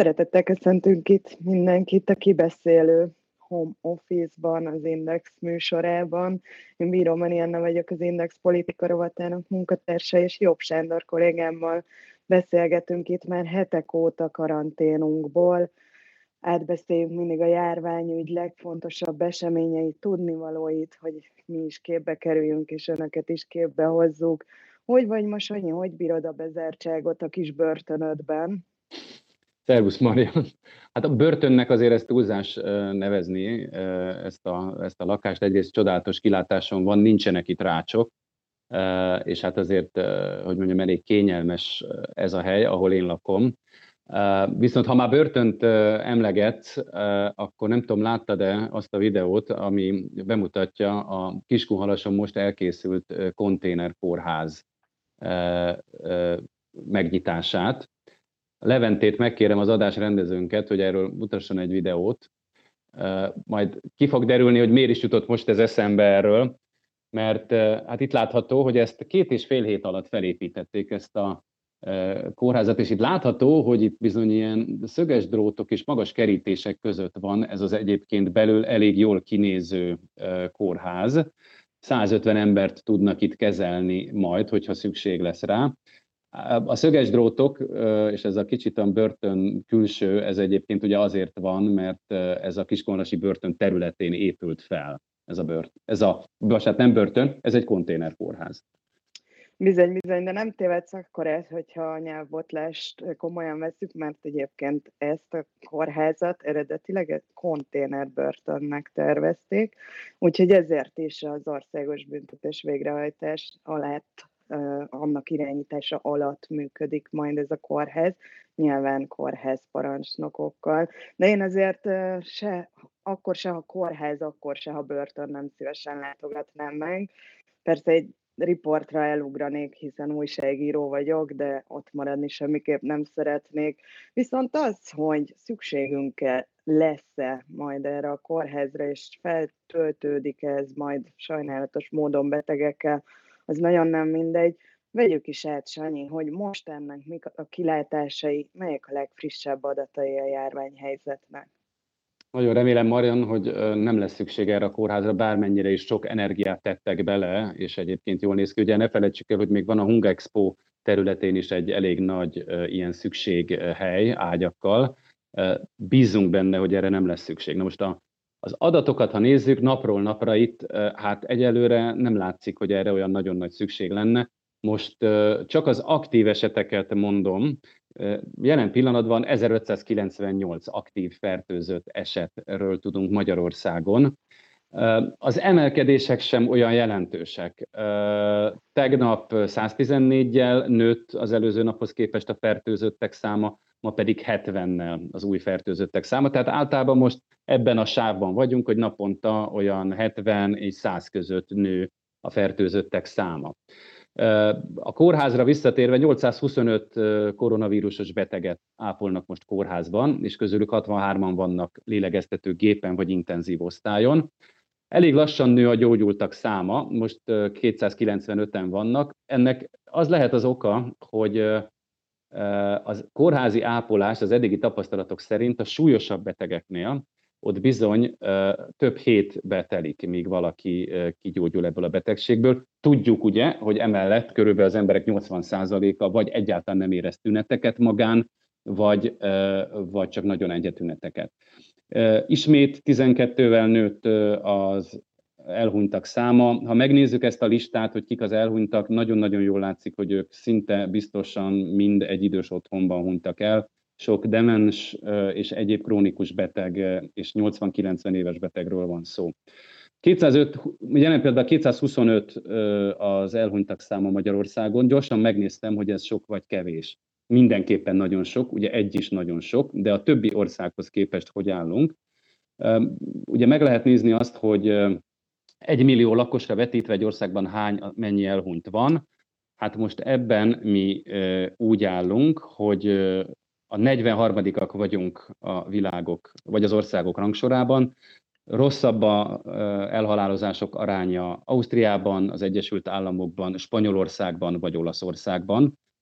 Szeretettel köszöntünk itt mindenkit a Kibeszélő Home Office-ban, az Index műsorában. Én Bíró Marianna vagyok, az Index politika rovatának munkatársa, és Jobb Sándor kollégámmal beszélgetünk itt már hetek óta karanténunkból. Átbeszéljük mindig a járványügy legfontosabb eseményeit, tudnivalóit, hogy mi is képbe kerüljünk, és önöket is képbe hozzuk. Hogy vagy ma, Sanyi, hogy bírod a bezártságot a kis börtönödben? Szervusz, Marian. Hát a börtönnek azért ezt túlzás nevezni, ezt a lakást. Egyrészt csodálatos kilátáson van, nincsenek itt rácsok, és hát azért, hogy mondjam, elég kényelmes ez a hely, ahol én lakom. Viszont ha már börtönt emlegetsz, akkor nem tudom, láttad-e azt a videót, ami bemutatja a Kiskunhalason most elkészült konténerkórház megnyitását. Leventét megkérem, az adás rendezőnket, hogy erről mutasson egy videót. Majd ki fog derülni, hogy miért is jutott most ez eszembe erről, mert hát itt látható, hogy ezt 2,5 hét alatt felépítették, ezt a kórházat, és itt látható, hogy itt bizony ilyen szöges drótok és magas kerítések között van ez az egyébként belül elég jól kinéző kórház. 150 embert tudnak itt kezelni majd, hogyha szükség lesz rá. A szöges drótok, és ez a kicsit a börtön külső, ez egyébként ugye azért van, mert ez a kiskunhalasi börtön területén épült fel. Nem börtön, ez egy konténerkórház. Bizony, de nem tévedsz akkor ez, hogyha a nyelvbotlást komolyan veszük, mert egyébként ezt a kórházat eredetileg egy konténerbörtönnek tervezték, úgyhogy ezért is az országos büntetés végrehajtás alatt, annak irányítása alatt működik majd ez a kórház, nyilván kórházparancsnokokkal. De én azért akkor se, ha kórház, akkor se, ha börtön, nem szívesen látogatnám meg. Persze egy riportra elugranék, hiszen újságíró vagyok, de ott maradni semmiképp nem szeretnék. Viszont az, hogy szükségünk lesz-e majd erre a kórházra, és feltöltődik ez majd sajnálatos módon betegekkel, az nagyon nem mindegy. Vegyük is át, Sanyi, hogy most ennek mik a kilátásai, melyek a legfrissebb adatai a járványhelyzetnek. Nagyon remélem, Marian, hogy nem lesz szükség erre a kórházra, bármennyire is sok energiát tettek bele, és egyébként jól néz ki. Ugye ne felejtsük el, hogy még van a Hungexpo területén is egy elég nagy ilyen szükséghely ágyakkal. Bízunk benne, hogy erre nem lesz szükség. Na most az adatokat, ha nézzük, napról napra itt, hát egyelőre nem látszik, hogy erre olyan nagyon nagy szükség lenne. Most csak az aktív eseteket mondom, jelen pillanatban 1598 aktív fertőzött esetről tudunk Magyarországon. Az emelkedések sem olyan jelentősek. Tegnap 114-jel nőtt az előző naphoz képest a fertőzöttek száma, ma pedig 70-nel az új fertőzöttek száma. Tehát általában most ebben a sávban vagyunk, hogy naponta olyan 70 és 100 között nő a fertőzöttek száma. A kórházra visszatérve 825 koronavírusos beteget ápolnak most kórházban, és közülük 63-an vannak lélegeztetőgépen vagy intenzív osztályon. Elég lassan nő a gyógyultak száma, most 295-en vannak. Ennek az lehet az oka, hogy az kórházi ápolás az eddigi tapasztalatok szerint a súlyosabb betegeknél ott bizony több hétbe telik, míg valaki kigyógyul ebből a betegségből. Tudjuk ugye, hogy emellett körülbelül az emberek 80%-a vagy egyáltalán nem érez tüneteket magán, vagy csak nagyon enyhe tüneteket. Ismét 12-vel nőtt az elhunytak száma. Ha megnézzük ezt a listát, hogy kik az elhunytak, nagyon-nagyon jól látszik, hogy ők szinte biztosan mind egy idős otthonban hunytak el. Sok demens és egyéb krónikus beteg és 80-90 éves betegről van szó. 205, jelen például 225 az elhunytak száma Magyarországon. Gyorsan megnéztem, hogy ez sok vagy kevés. Mindenképpen nagyon sok, ugye egy is nagyon sok, de a többi országhoz képest hogy állunk. Ugye meg lehet nézni azt, hogy 1 millió lakosra vetítve egy országban mennyi elhunyt van. Hát most ebben mi úgy állunk, hogy a 43-ak vagyunk a világok, vagy az országok rangsorában. Rosszabb az elhalálozások aránya Ausztriában, az Egyesült Államokban, Spanyolországban vagy Olaszországban.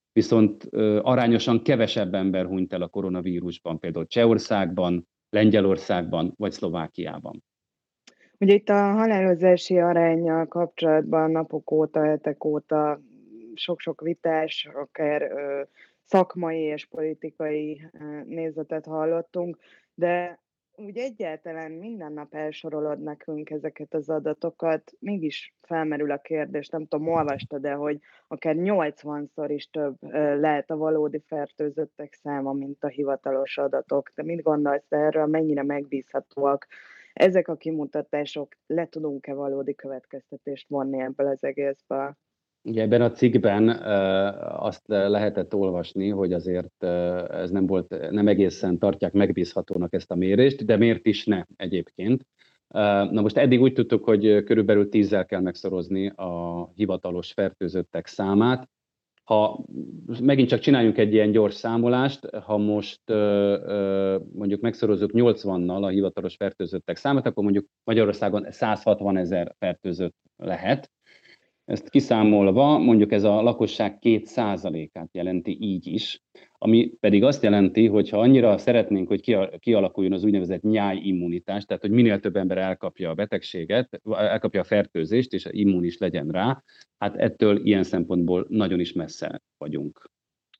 viszont arányosan kevesebb ember hunyt el a koronavírusban, például Csehországban, Lengyelországban vagy Szlovákiában. Ugye itt a halálozási aránnyal kapcsolatban napok óta, hetek óta sok-sok vitás, akár szakmai és politikai nézetet hallottunk, de úgy egyáltalán minden nap elsorolod nekünk ezeket az adatokat, mégis felmerül a kérdés, nem tudom, olvastad, de hogy akár 80-szor is több lehet a valódi fertőzöttek száma, mint a hivatalos adatok. De mit gondolsz erről, mennyire megbízhatóak ezek a kimutatások, le tudunk-e valódi következtetést vonni ebből az egészből? Ugye ebben a cikkben azt lehetett olvasni, hogy azért ez nem egészen tartják megbízhatónak ezt a mérést, de miért is ne egyébként? Na most eddig úgy tudtuk, hogy körülbelül 10-zel kell megszorozni a hivatalos fertőzöttek számát. Ha megint csak csináljunk egy ilyen gyors számolást, ha most mondjuk megszorozzuk 80-nal a hivatalos fertőzöttek számát, akkor mondjuk Magyarországon 160 000 fertőzött lehet. Ezt kiszámolva, mondjuk ez a lakosság 2%-át jelenti így is, ami pedig azt jelenti, hogy ha annyira szeretnénk, hogy kialakuljon az úgynevezett nyájimmunitás, tehát hogy minél több ember elkapja a betegséget, elkapja a fertőzést, és immunis legyen rá, hát ettől ilyen szempontból nagyon is messze vagyunk.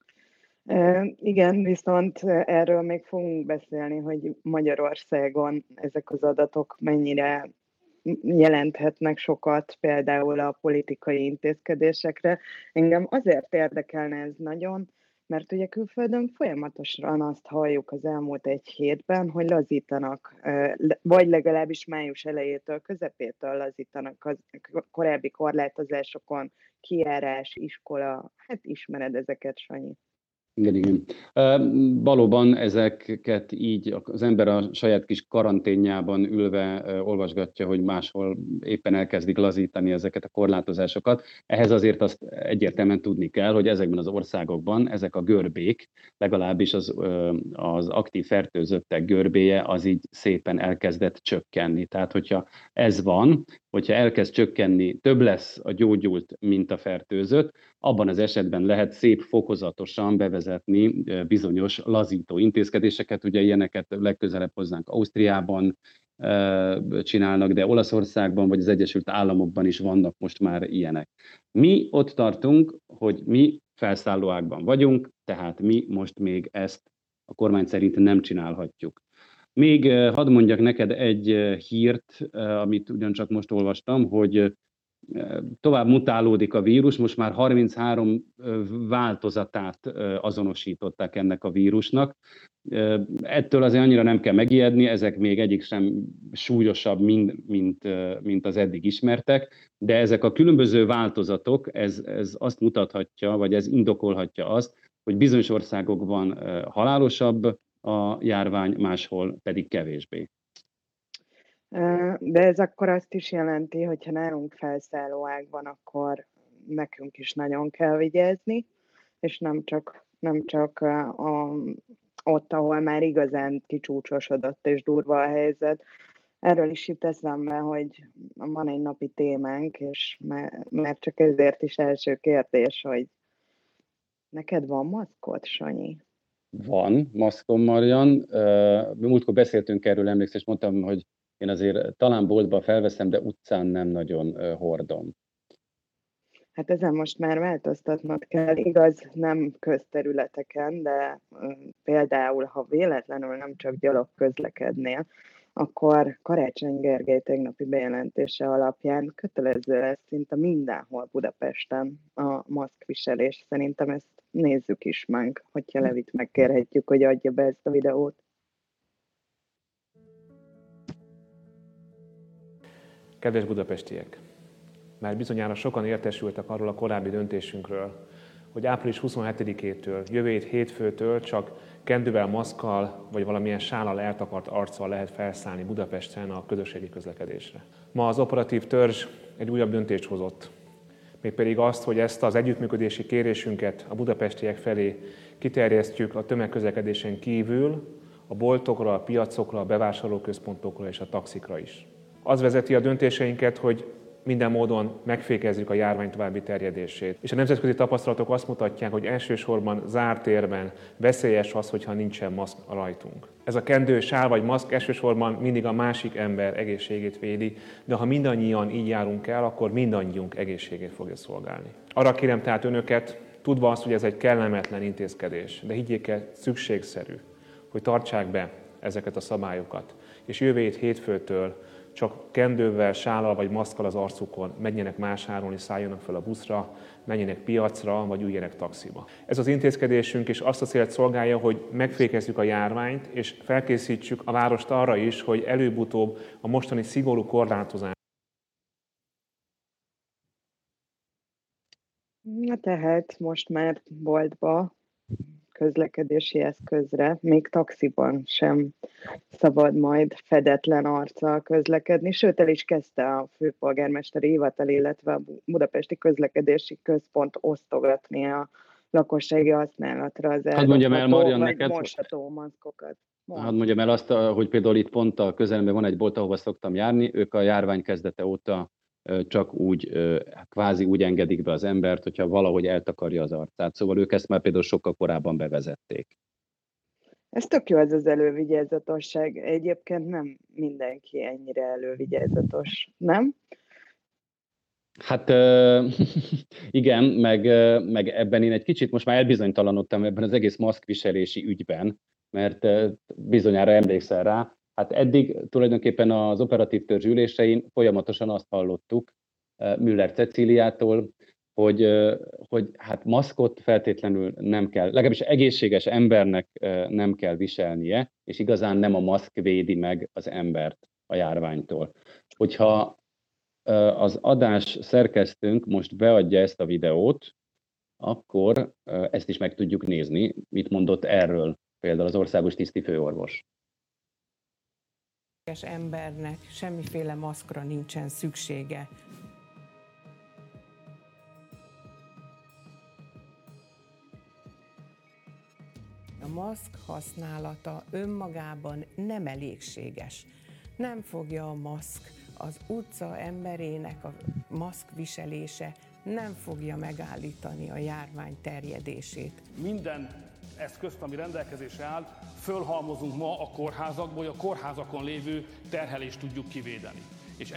Igen, viszont erről még fogunk beszélni, hogy Magyarországon ezek az adatok mennyire jelenthetnek sokat például a politikai intézkedésekre. Engem azért érdekelne ez nagyon, mert ugye külföldön folyamatosan azt halljuk az elmúlt egy hétben, hogy lazítanak, vagy legalábbis május elejétől, közepétől lazítanak a korábbi korlátozásokon, kijárás, iskola, hát ismered ezeket, Sanyi. Igen. Valóban ezeket így az ember a saját kis karanténjában ülve olvasgatja, hogy máshol éppen elkezdik lazítani ezeket a korlátozásokat. Ehhez azért azt egyértelműen tudni kell, hogy ezekben az országokban ezek a görbék, legalábbis az aktív fertőzöttek görbéje az így szépen elkezdett csökkenni. Tehát, hogyha ez van, hogyha elkezd csökkenni, több lesz a gyógyult, mint a fertőzött, abban az esetben lehet szép fokozatosan bevezetni bizonyos lazító intézkedéseket. Ugye ilyeneket legközelebb hozzánk Ausztriában csinálnak, de Olaszországban vagy az Egyesült Államokban is vannak most már ilyenek. Mi ott tartunk, hogy mi felszállóágban vagyunk, tehát mi most még ezt a kormány szerint nem csinálhatjuk. Még hadd mondjak neked egy hírt, amit ugyancsak most olvastam, hogy tovább mutálódik a vírus, most már 33 változatát azonosították ennek a vírusnak. Ettől azért annyira nem kell megijedni, ezek még egyik sem súlyosabb, mint az eddig ismertek, de ezek a különböző változatok, ez azt mutathatja, vagy ez indokolhatja azt, hogy bizonyos országokban halálosabb a járvány, máshol pedig kevésbé. De ez akkor azt is jelenti, hogyha nálunk felszállóág van, akkor nekünk is nagyon kell vigyázni, és nem csak ott, ahol már igazán kicsúcsosodott és durva a helyzet. Erről is jut eszembe, hogy van egy napi témánk, és már csak ezért is első kérdés, hogy neked van maszkod, Sanyi? Van maszkom, Marian. Múltkor beszéltünk erről, emlékszel, és mondtam, hogy én azért talán boltba felveszem, de utcán nem nagyon hordom. Hát ezen most már változtatnod kell, igaz, nem közterületeken, de például, ha véletlenül nem csak gyalog közlekednél, akkor Karácsony Gergely tegnapi bejelentése alapján kötelező lesz szinte mindenhol Budapesten a maszkviselés. Szerintem ezt nézzük is meg, hogyha Levit megkérhetjük, hogy adja be ezt a videót. Kedves budapestiek! Már bizonyára sokan értesültek arról a korábbi döntésünkről, hogy április 27-től, jövő hét hétfőtől csak kendővel, maszkkal vagy valamilyen sállal eltakart arccal lehet felszállni Budapesten a közösségi közlekedésre. Ma az operatív törzs egy újabb döntést hozott, mégpedig azt, hogy ezt az együttműködési kérésünket a budapestiek felé kiterjesztjük a tömegközlekedésen kívül a boltokra, a piacokra, a bevásárlóközpontokra és a taxikra is. Az vezeti a döntéseinket, hogy minden módon megfékezzük a járvány további terjedését. És a nemzetközi tapasztalatok azt mutatják, hogy elsősorban zárt térben veszélyes az, hogyha nincsen maszk rajtunk. Ez a kendő, sál vagy maszk elsősorban mindig a másik ember egészségét védi, de ha mindannyian így járunk el, akkor mindannyiunk egészségét fogja szolgálni. Arra kérem tehát önöket, tudva azt, hogy ez egy kellemetlen intézkedés, de higgyék el, szükségszerű, hogy tartsák be ezeket a szabályokat, és jövő hétfőtől csak kendővel, sállal vagy maszkkal az arcukon menjenek vásárolni, szálljanak fel a buszra, menjenek piacra, vagy üljenek taxiba. Ez az intézkedésünk is azt a célt szolgálja, hogy megfékezzük a járványt, és felkészítsük a várost arra is, hogy előbb-utóbb a mostani szigorú korlátozás. Tehát most már boltba, közlekedési eszközre, még taxiban sem szabad majd fedetlen arccal közlekedni, sőt el is kezdte a főpolgármesteri hivatal, illetve a Budapesti Közlekedési Központ osztogatni a lakossági használatra az mosható maszkokat. Hadd mondjam el azt, hogy például itt pont a közelemben van egy bolt, ahova szoktam járni, ők a járvány kezdete óta csak úgy, kvázi úgy engedik be az embert, hogyha valahogy eltakarja az arcát. Szóval ők ezt már például sokkal korábban bevezették. Ez tök jó, ez az elővigyázatosság. Egyébként nem mindenki ennyire elővigyázatos, nem? Hát igen, meg ebben én egy kicsit most már elbizonytalanodtam ebben az egész maszkviselési ügyben, mert bizonyára emlékszel rá, hát eddig tulajdonképpen az operatív törzs ülésein folyamatosan azt hallottuk Müller Cecíliától, hogy hát maszkot feltétlenül nem kell, legalábbis egészséges embernek nem kell viselnie, és igazán nem a maszk védi meg az embert a járványtól. Hogyha az adás szerkesztőnk most beadja ezt a videót, akkor ezt is meg tudjuk nézni, mit mondott erről például az országos tisztifőorvos. Embernek semmiféle maszkra nincsen szüksége. A maszk használata önmagában nem elégséges. Nem fogja a maszk, az utca emberének a maszk viselése nem fogja megállítani a járvány terjedését. Minden eszközt, ami rendelkezésre áll, fölhalmozunk ma a kórházakból, hogy a kórházakon lévő terhelést tudjuk kivédeni. És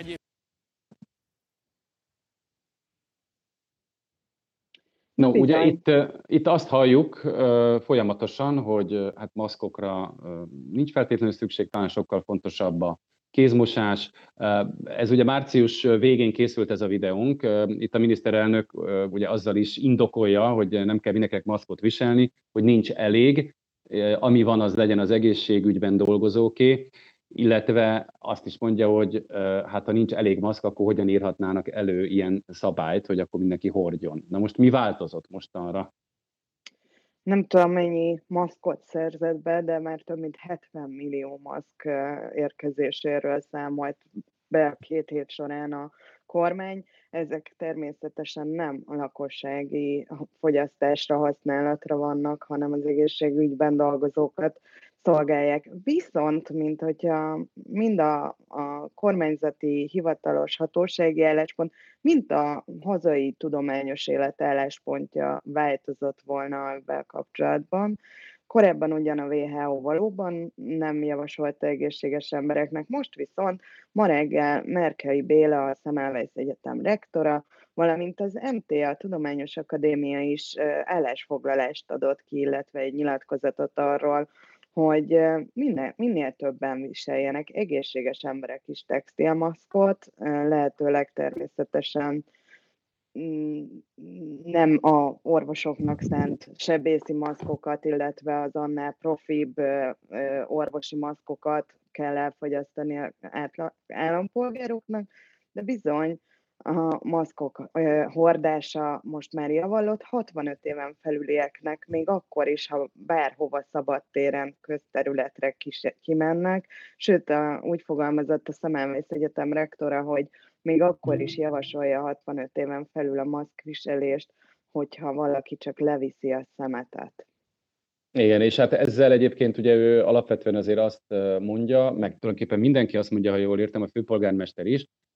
No, ugye itt azt halljuk folyamatosan, hogy hát maszkokra nincs feltétlenül szükség, talán sokkal fontosabb a kézmosás. Ez ugye március végén készült ez a videónk. Itt a miniszterelnök ugye azzal is indokolja, hogy nem kell mindenkinek maszkot viselni, hogy nincs elég, ami van, az legyen az egészségügyben dolgozóké, illetve azt is mondja, hogy hát ha nincs elég maszk, akkor hogyan írhatnának elő ilyen szabályt, hogy akkor mindenki hordjon. Na most mi változott mostanra? Nem tudom, mennyi maszkot szerzett be, de már több mint 70 millió maszk érkezéséről számolt be a 2 hét során a kormány. Ezek természetesen nem a lakossági fogyasztásra, használatra vannak, hanem az egészségügyben dolgozókat szolgálják. Viszont, mint hogyha mind a kormányzati hivatalos hatósági álláspont, mint a hazai tudományos élet álláspontja változott volna ebben kapcsolatban. Korábban ugyan a WHO valóban nem javasolta egészséges embereknek, most viszont ma reggel Merkely Béla, a Semmelweis Egyetem rektora, valamint az MTA, a Tudományos Akadémia is állásfoglalást adott ki, illetve egy nyilatkozatot arról, hogy minél többen viseljenek egészséges emberek is textilmaszkot, lehetőleg természetesen nem a orvosoknak szánt sebészi maszkokat, illetve az annál profibb orvosi maszkokat kell elfogyasztani állampolgároknak, de bizony a maszkok hordása most már javallott 65 éven felülieknek, még akkor is, ha bárhova szabadtéren, közterületre kimennek. Sőt, úgy fogalmazott a Semmelweis Egyetem rektora, hogy még akkor is javasolja 65 éven felül a maszkviselést, hogyha valaki csak leviszi a szemetet. Igen, és hát ezzel egyébként ugye ő alapvetően azért azt mondja, meg tulajdonképpen mindenki azt mondja, ha jól értem, a főpolgármester is,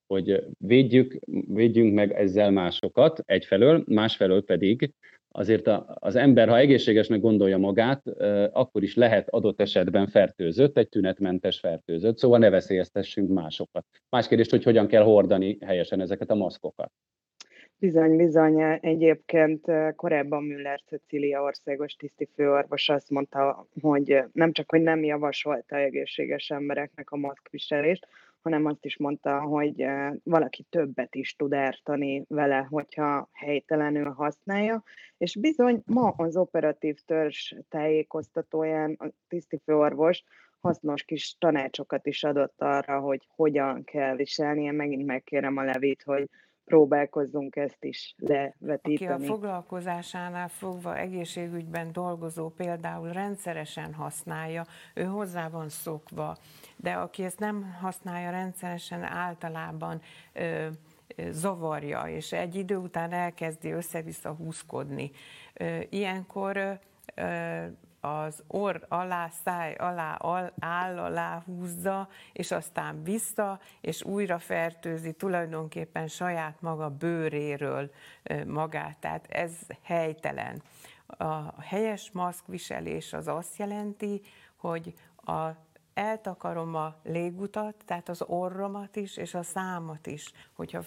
hogy védjünk meg ezzel másokat egyfelől, másfelől pedig azért az ember, ha egészségesnek gondolja magát, akkor is lehet adott esetben fertőzött, egy tünetmentes fertőzött, szóval ne veszélyeztessünk másokat. Más kérdés, hogy hogyan kell hordani helyesen ezeket a maszkokat. Bizony. Egyébként korábban Müller Cecília országos tisztifőorvos azt mondta, hogy nem csak, hogy nem javasolta egészséges embereknek a maszkviselést, hanem azt is mondta, hogy valaki többet is tud ártani vele, hogyha helytelenül használja. És bizony ma az operatív törzs tájékoztatóján a tisztifőorvos hasznos kis tanácsokat is adott arra, hogy hogyan kell viselni. Én megint megkérem a Levit, hogy próbálkozzunk ezt is levetíteni. Aki a foglalkozásánál fogva egészségügyben dolgozó például rendszeresen használja, ő hozzá van szokva, de aki ezt nem használja rendszeresen, általában zavarja, és egy idő után elkezdi össze-vissza húzkodni. Ilyenkor az orr alá, száj alá, áll alá húzza, és aztán vissza, és újra fertőzi tulajdonképpen saját maga bőréről magát. Tehát ez helytelen. A helyes maszkviselés az azt jelenti, hogy eltakarom a légutat, tehát az orromat is, és a számat is. Hogyha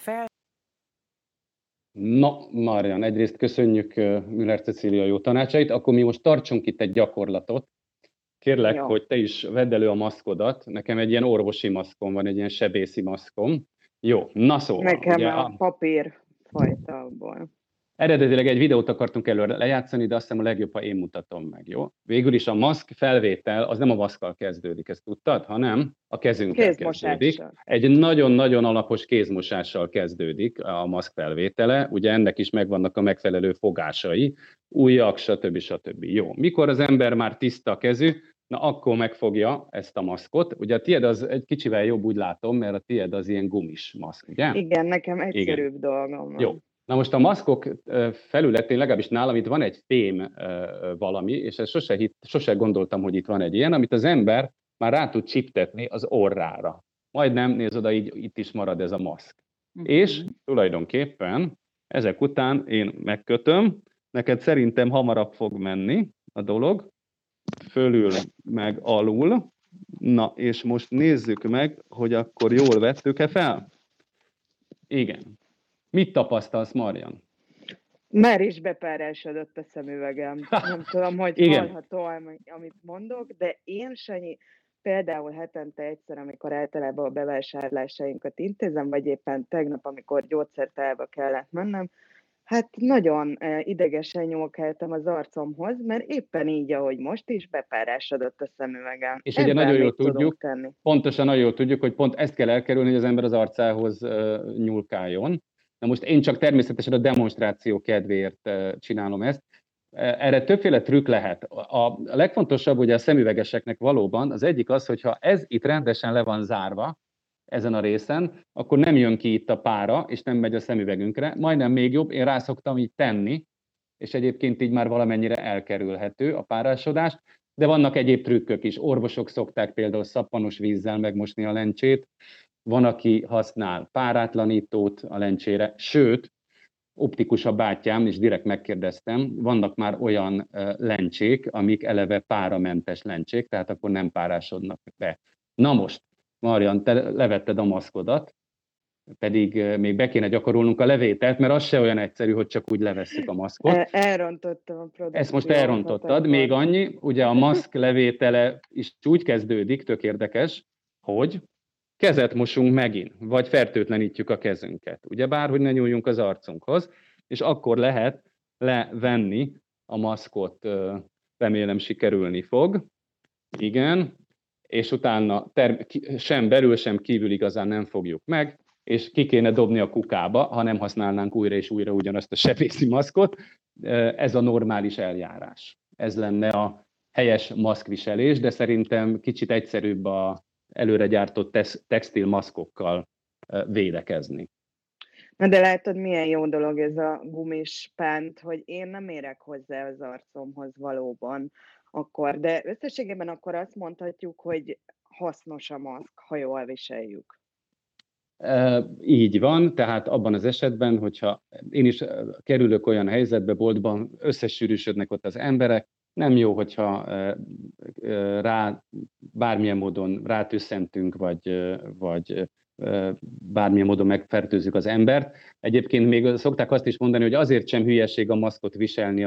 Na, Marian, egyrészt köszönjük Müller Cecília jó tanácsait, akkor mi most tartsunk itt egy gyakorlatot. Kérlek, Jó. hogy te is vedd elő a maszkodat. Nekem egy ilyen orvosi maszkom van, egy ilyen sebészi maszkom. Jó, na szóval. Nekem ugye a papír fajtából. Eredetileg egy videót akartunk előre lejátszani, de azt hiszem a legjobb, ha én mutatom meg, jó? Végül is a maszk felvétel az nem a maszkkal kezdődik, ezt tudtad, hanem a kezünkkel kezdődik. Egy nagyon-nagyon alapos kézmosással kezdődik a maszk felvétele, ugye ennek is megvannak a megfelelő fogásai, ujjak, stb. Jó, mikor az ember már tiszta kezű, na akkor megfogja ezt a maszkot. Ugye a tiéd az egy kicsivel jobb, úgy látom, mert a tiéd az ilyen gumis maszk, ugye? Igen, nekem egyszerűbb dolgom van. Jó. Na most a maszkok felületén, legalábbis nálam itt van egy fém valami, és ezt sose gondoltam, hogy itt van egy ilyen, amit az ember már rá tud csiptetni az orrára. Majdnem, nézd oda, így itt is marad ez a maszk. És tulajdonképpen ezek után én megkötöm, neked szerintem hamarabb fog menni a dolog, fölül meg alul. Na, és most nézzük meg, hogy akkor jól vettük-e fel? Igen. Mit tapasztalsz, Marian? Már is bepárásodott a szemüvegem. Nem tudom, hogy hallható, amit mondok, de én, Sanyi, például hetente egyszer, amikor általában a bevásárlásainkat intézem, vagy éppen tegnap, amikor gyógyszertárba kellett mennem, hát nagyon idegesen nyúlkáltam az arcomhoz, mert éppen így, ahogy most is, bepárásodott a szemüvegem. És ugye nagyon jól tudjuk, pontosan nagyon jól tudjuk, hogy pont ezt kell elkerülni, hogy az ember az arcához nyúlkáljon. Na most én csak természetesen a demonstráció kedvéért csinálom ezt. Erre többféle trükk lehet. A legfontosabb ugye a szemüvegeseknek valóban az egyik az, hogyha ez itt rendesen le van zárva, ezen a részen, akkor nem jön ki itt a pára, és nem megy a szemüvegünkre. Majdnem még jobb, én rászoktam így tenni, és egyébként így már valamennyire elkerülhető a párásodás, de vannak egyéb trükkök is. Orvosok szokták például szappanos vízzel megmosni a lencsét, van, aki használ párátlanítót a lencsére, sőt, optikus a bátyám, és direkt megkérdeztem, vannak már olyan lencsék, amik eleve páramentes lencsék, tehát akkor nem párásodnak be. Na most, Marian, te levetted a maszkodat, pedig még be kéne gyakorolnunk a levételt, mert az se olyan egyszerű, hogy csak úgy levesszük a maszkot. Elrontottam a produkciót. Ezt most elrontottad. Még annyi, ugye a maszk levétele is úgy kezdődik, tök érdekes, hogy kezet mosunk megint, vagy fertőtlenítjük a kezünket. Ugyebár, hogy ne nyúljunk az arcunkhoz, és akkor lehet levenni a maszkot, remélem sikerülni fog. Igen, és utána sem belül, sem kívül igazán nem fogjuk meg, és ki kéne dobni a kukába, ha nem használnánk újra és újra ugyanazt a sebészi maszkot. Ez a normális eljárás. Ez lenne a helyes maszkviselés, de szerintem kicsit egyszerűbb a előre gyártott textil maszkokkal védekezni. Na de látod, milyen jó dolog ez a gumis pánt, hogy én nem érek hozzá az arcomhoz valóban akkor, de összességében akkor azt mondhatjuk, hogy hasznos a maszk, ha jól viseljük. Így van, tehát abban az esetben, hogyha én is kerülök olyan helyzetbe, boltban összesűrűsödnek ott az emberek, nem jó, hogyha bármilyen módon rátüsszentünk, vagy bármilyen módon megfertőzzük az embert. Egyébként még szokták azt is mondani, hogy azért sem hülyeség a maszkot viselni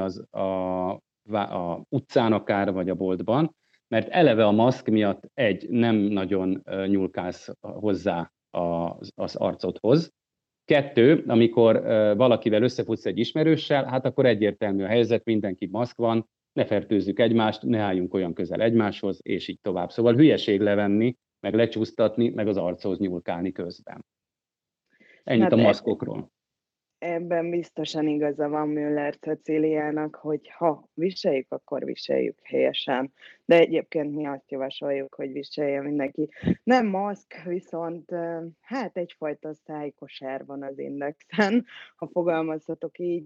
a utcán akár, vagy a boltban, mert eleve a maszk miatt nem nagyon nyúlkálsz hozzá az arcodhoz. 2, amikor valakivel összefutsz egy ismerőssel, hát akkor egyértelmű a helyzet, mindenki maszk van, ne fertőzzük egymást, ne álljunk olyan közel egymáshoz, és így tovább. Szóval hülyeség levenni, meg lecsúsztatni, meg az archoz nyúlkálni közben. Ennyit a maszkokról. Ebben biztosan igaza van Müller Cecíliának, hogy ha viseljük, akkor viseljük helyesen. De egyébként mi azt javasoljuk, hogy viselje mindenki. Nem maszk, viszont hát egyfajta szájkosár van az Indexen, ha fogalmazhatok így.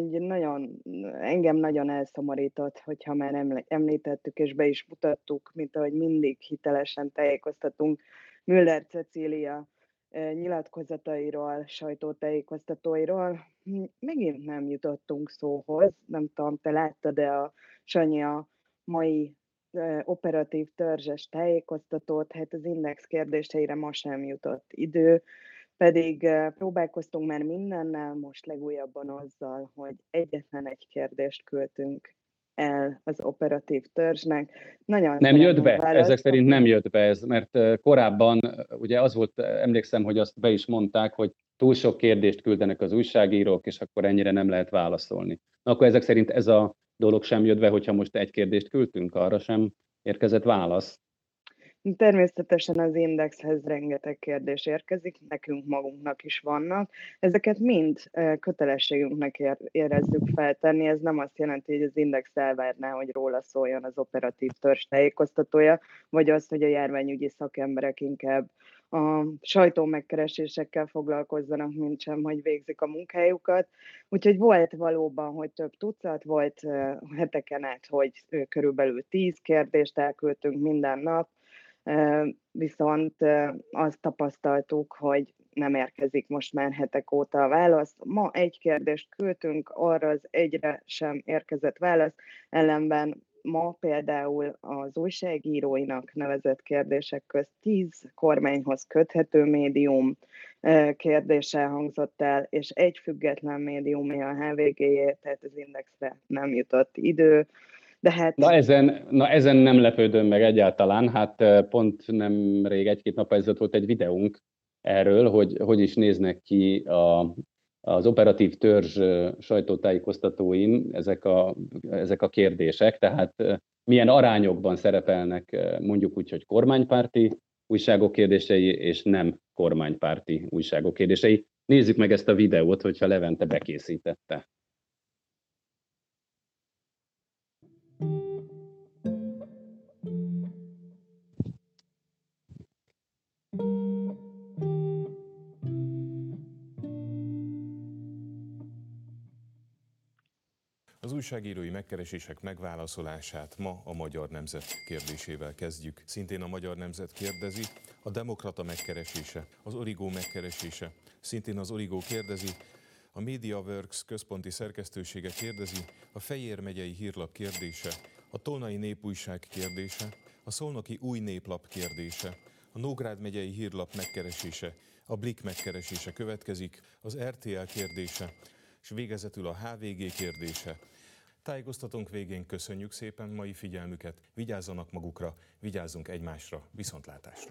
Engem nagyon elszomorított, hogyha már említettük és be is mutattuk, mint ahogy mindig hitelesen tájékoztatunk Müller Cecília nyilatkozatairól, sajtótájékoztatóiról. Megint nem jutottunk szóhoz, nem tudom, te láttad-e a Sanyi a mai operatív törzses tájékoztatót, hát az Index kérdéseire ma sem jutott idő, pedig próbálkoztunk már mindennel, most legújabban azzal, hogy egyetlen egy kérdést küldtünk el az operatív törzsnek. Nem jött be? Ezek szerint nem jött be ez, mert korábban ugye az volt, emlékszem, hogy azt be is mondták, hogy túl sok kérdést küldenek az újságírók, és akkor ennyire nem lehet válaszolni. Na, akkor ezek szerint ez a dolog sem jött be, hogyha most egy kérdést küldtünk, arra sem érkezett válasz. Természetesen az Indexhez rengeteg kérdés érkezik, nekünk magunknak is vannak. Ezeket mind kötelességünknek érezzük feltenni. Ez nem azt jelenti, hogy az Index elvárná, hogy róla szóljon az operatív törzs tájékoztatója, vagy az, hogy a járványügyi szakemberek inkább a sajtó megkeresésekkel foglalkozzanak, mint sem, hogy végzik a munkájukat. Úgyhogy volt valóban, hogy több tucat, volt heteken át, hogy körülbelül 10 kérdést elküldtünk minden nap, viszont azt tapasztaltuk, hogy nem érkezik most már hetek óta a válasz. Ma egy kérdést küldtünk, arra az egyre sem érkezett válasz, ellenben ma például az újságíróinak nevezett kérdések közt 10 kormányhoz köthető médium kérdése hangzott el, és egy független médiumé a HVG-jé, tehát az Indexre nem jutott idő. De hát... ezen nem lepődöm meg egyáltalán, hát pont nemrég 1-2 nap ezelőtt volt egy videónk erről, hogy is néznek ki az operatív törzs sajtótájékoztatóin ezek a kérdések, tehát milyen arányokban szerepelnek mondjuk úgy, hogy kormánypárti újságok kérdései és nem kormánypárti újságok kérdései. Nézzük meg ezt a videót, hogyha Levente bekészítette. Az újságírói megkeresések megválaszolását ma a Magyar Nemzet kérdésével kezdjük. Szintén a Magyar Nemzet kérdezi, a Demokrata megkeresése, az Origo megkeresése, szintén az Origo kérdezi, a MediaWorks központi szerkesztősége kérdezi, a Fejér megyei hírlap kérdése, a Tolnai Népújság kérdése, a Szolnoki Új Néplap kérdése, a Nógrád megyei hírlap megkeresése, a Blik megkeresése következik, az RTL kérdése, és végezetül a HVG kérdése. Tájékoztatónk végén köszönjük szépen mai figyelmüket, vigyázzanak magukra, vigyázzunk egymásra, viszontlátásra!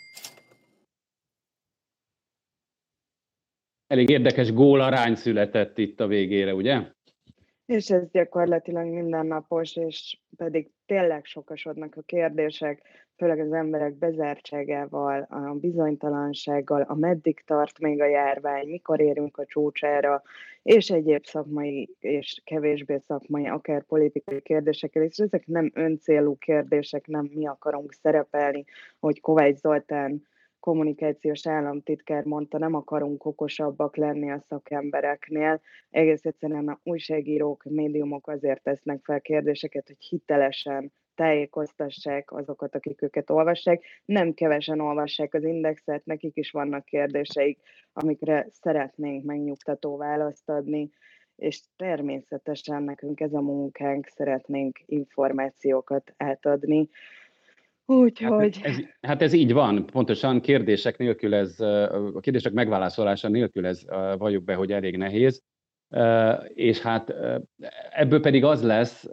Elég érdekes gólarány született itt a végére, ugye? És ez gyakorlatilag mindennapos, és pedig tényleg sokasodnak a kérdések, főleg az emberek bezártságával, a bizonytalansággal, a meddig tart még a járvány, mikor érünk a csúcsára, és egyéb szakmai és kevésbé szakmai, akár politikai kérdésekkel, és ezek nem öncélú kérdések, nem mi akarunk szerepelni, hogy Kovács Zoltán kommunikációs államtitkár mondta, nem akarunk okosabbak lenni a szakembereknél. Egész egyszerűen a újságírók, médiumok azért tesznek fel kérdéseket, hogy hitelesen tájékoztassák azokat, akik őket olvassák. Nem kevesen olvassák az Indexet, nekik is vannak kérdéseik, amikre szeretnénk megnyugtató választ adni, és természetesen nekünk ez a munkánk, szeretnénk információkat átadni. Úgyhogy... Hát ez így van, pontosan kérdések nélkül a kérdések megválaszolása nélkül ez, valljuk be, hogy elég nehéz. És hát ebből pedig az lesz,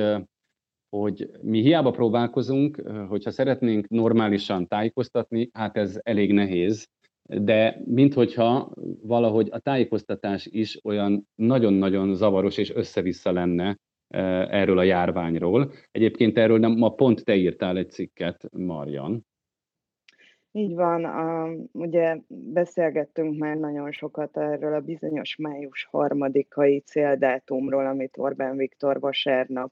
hogy mi hiába próbálkozunk, hogyha szeretnénk normálisan tájékoztatni, hát ez elég nehéz, de minthogyha valahogy a tájékoztatás is olyan nagyon-nagyon zavaros és össze-vissza lenne erről a járványról. Egyébként erről ma pont te írtál egy cikket, Marian. Így van, ugye beszélgettünk már nagyon sokat erről a bizonyos május 3-ai céldátumról, amit Orbán Viktor vasárnap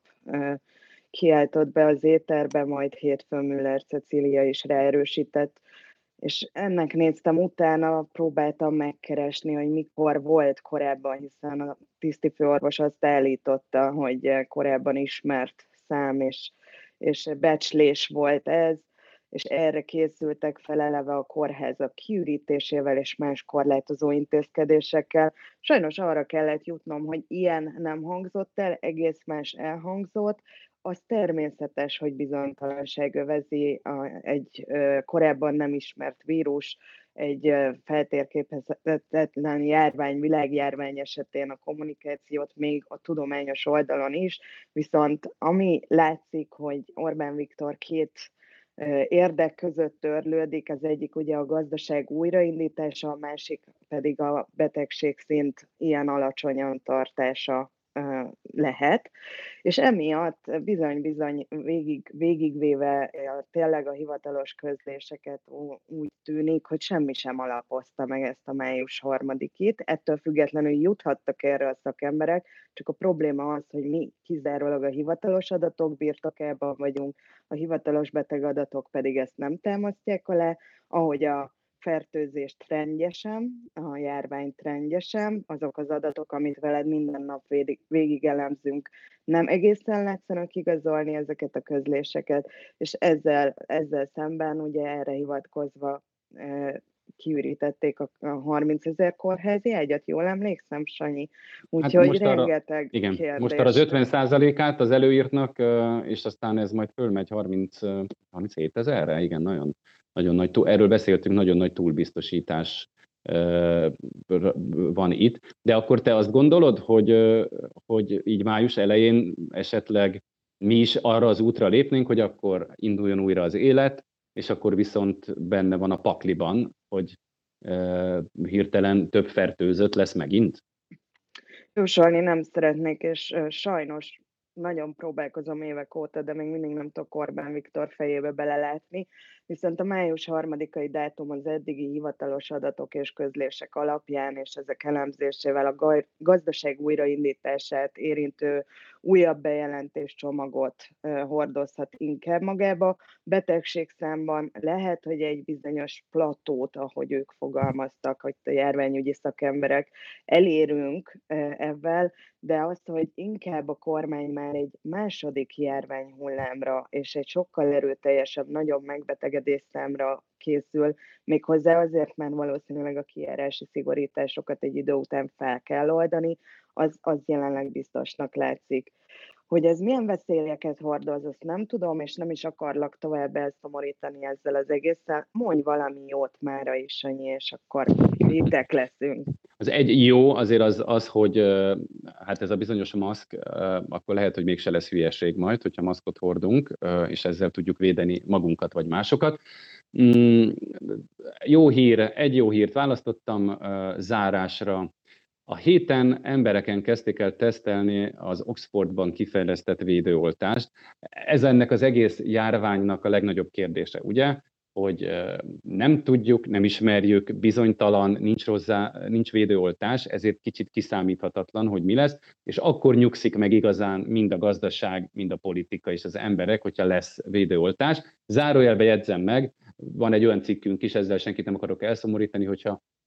kiáltott be az éterbe, majd hétfőn Müller Cecília is ráerősített, és ennek néztem utána, próbáltam megkeresni, hogy mikor volt korábban, hiszen a tisztifőorvos azt állította, hogy korábban ismert szám és becslés volt ez, és erre készültek fel eleve a kórházak kiürítésével és más korlátozó intézkedésekkel. Sajnos arra kellett jutnom, hogy ilyen nem hangzott el, egész más elhangzott. Az természetes, hogy bizonytalanság övezi egy korábban nem ismert vírus, egy feltérképezhetetlen járvány, világjárvány esetén a kommunikációt még a tudományos oldalon is, viszont ami látszik, hogy Orbán Viktor két érdek között törlődik, az egyik ugye a gazdaság újraindítása, a másik pedig a betegségszint ilyen alacsonyan tartása lehet, és emiatt bizony végigvéve tényleg a hivatalos közléseket úgy tűnik, hogy semmi sem alapozta meg ezt a május 3-it. Ettől függetlenül juthattak erre a szakemberek, csak a probléma az, hogy mi kizárólag a hivatalos adatok birtokában vagyunk, a hivatalos betegadatok pedig ezt nem támasztják alá, ahogy a fertőzés trendje sem, a járvány trendje sem, azok az adatok, amit veled minden nap végig elemzünk, nem egészen látszanak igazolni ezeket a közléseket, és ezzel szemben ugye erre hivatkozva kiürítették a 30 000 kórházi ágyat, jól emlékszem, Sanyi? Úgyhogy hát rengeteg kérdés. Most arra az 50%-át az előírtnak, és aztán ez majd fölmegy 37 000-re, igen, nagyon nagy, erről beszéltünk, nagyon nagy túlbiztosítás van itt. De akkor te azt gondolod, hogy így május elején esetleg mi is arra az útra lépnénk, hogy akkor induljon újra az élet, és akkor viszont benne van a pakliban, hogy hirtelen több fertőzött lesz megint? Jósolni nem szeretnék, és sajnos nagyon próbálkozom évek óta, de még mindig nem tudok Orbán Viktor fejébe belelátni, viszont a május 3-ai dátum az eddigi hivatalos adatok és közlések alapján, és ezek elemzésével a gazdaság újraindítását érintő újabb bejelentéscsomagot hordozhat inkább magába. Betegségszámban lehet, hogy egy bizonyos platót, ahogy ők fogalmaztak, hogy a járványügyi szakemberek elérünk ebben, de azt, hogy inkább a kormány már egy második járványhullámra és egy sokkal erőteljesebb, nagyobb megbetegedés számra készül, méghozzá azért, mert valószínűleg a kijárási szigorításokat egy idő után fel kell oldani, az jelenleg biztosnak látszik. Hogy ez milyen veszélyeket hordoz, azt nem tudom, és nem is akarlak tovább elszomorítani ezzel az egésszel. Mondj valami jót mára is, Sanyi, és akkor hittek leszünk. Az egy jó azért az, hogy hát ez a bizonyos maszk, akkor lehet, hogy mégse lesz hülyeség majd, hogyha maszkot hordunk, és ezzel tudjuk védeni magunkat vagy másokat. Egy jó hírt választottam zárásra. A héten embereken kezdték el tesztelni az Oxfordban kifejlesztett védőoltást. Ez ennek az egész járványnak a legnagyobb kérdése, ugye? Hogy nem tudjuk, nem ismerjük, bizonytalan, nincs védőoltás, ezért kicsit kiszámíthatatlan, hogy mi lesz, és akkor nyugszik meg igazán mind a gazdaság, mind a politika és az emberek, hogyha lesz védőoltás. Zárójelbe jegyzem meg, van egy olyan cikkünk is, ezzel senkit nem akarok elszomorítani, hogyha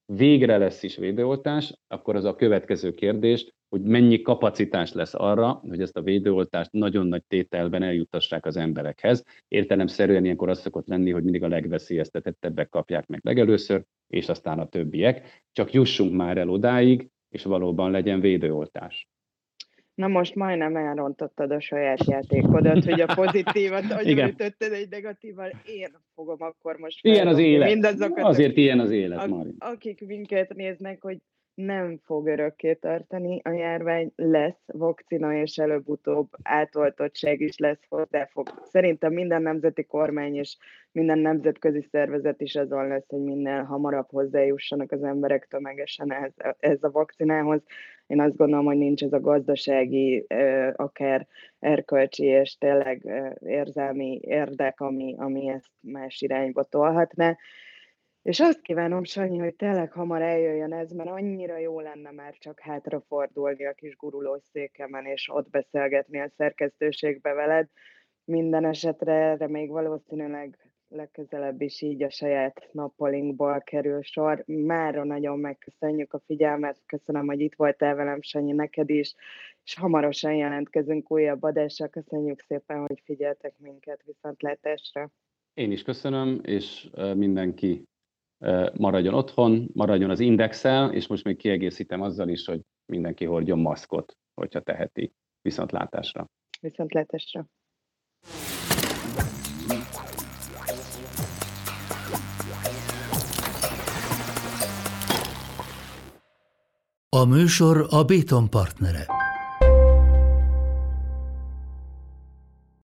végre lesz is védőoltás, akkor az a következő kérdés, hogy mennyi kapacitás lesz arra, hogy ezt a védőoltást nagyon nagy tételben eljuttassák az emberekhez. Értelemszerűen ilyenkor az szokott lenni, hogy mindig a legveszélyeztetettebbek kapják meg legelőször, és aztán a többiek. Csak jussunk már el odáig, és valóban legyen védőoltás. Na most majdnem elrontottad a saját játékodat, hogy a pozitívat agyonütötted egy negatívval. Én fogom akkor most ilyen az élet. Mindazokat, azért ilyen az élet, Mari. Akik minket néznek, hogy nem fog örökké tartani a járvány, lesz vakcina, és előbb-utóbb átoltottság is lesz hozzá. Szerintem minden nemzeti kormány és minden nemzetközi szervezet is azon lesz, hogy minél hamarabb hozzájussanak az emberek tömegesen ez a vakcinához. Én azt gondolom, hogy nincs ez a gazdasági, akár erkölcsi és tényleg érzelmi érdek, ami ezt más irányba tolhatna. És azt kívánom, Sanyi, hogy tényleg hamar eljöjjön ez, mert annyira jó lenne már csak hátrafordulni a kis gurulós székemen, és ott beszélgetni a szerkesztőségbe veled. Minden esetre erre még valószínűleg legközelebb is így a saját nappalinkból kerül sor. Mára nagyon megköszönjük a figyelmet, köszönöm, hogy itt voltál velem, Sanyi, neked is, és hamarosan jelentkezünk újabb adással. Köszönjük szépen, hogy figyeltek minket, viszontlátásra. Én is köszönöm, és mindenki maradjon otthon, maradjon az Indexel, és most még kiegészítem azzal is, hogy mindenki hordjon maszkot, hogyha teheti. Viszontlátásra. Viszontlátásra. A műsor a Béton partnere.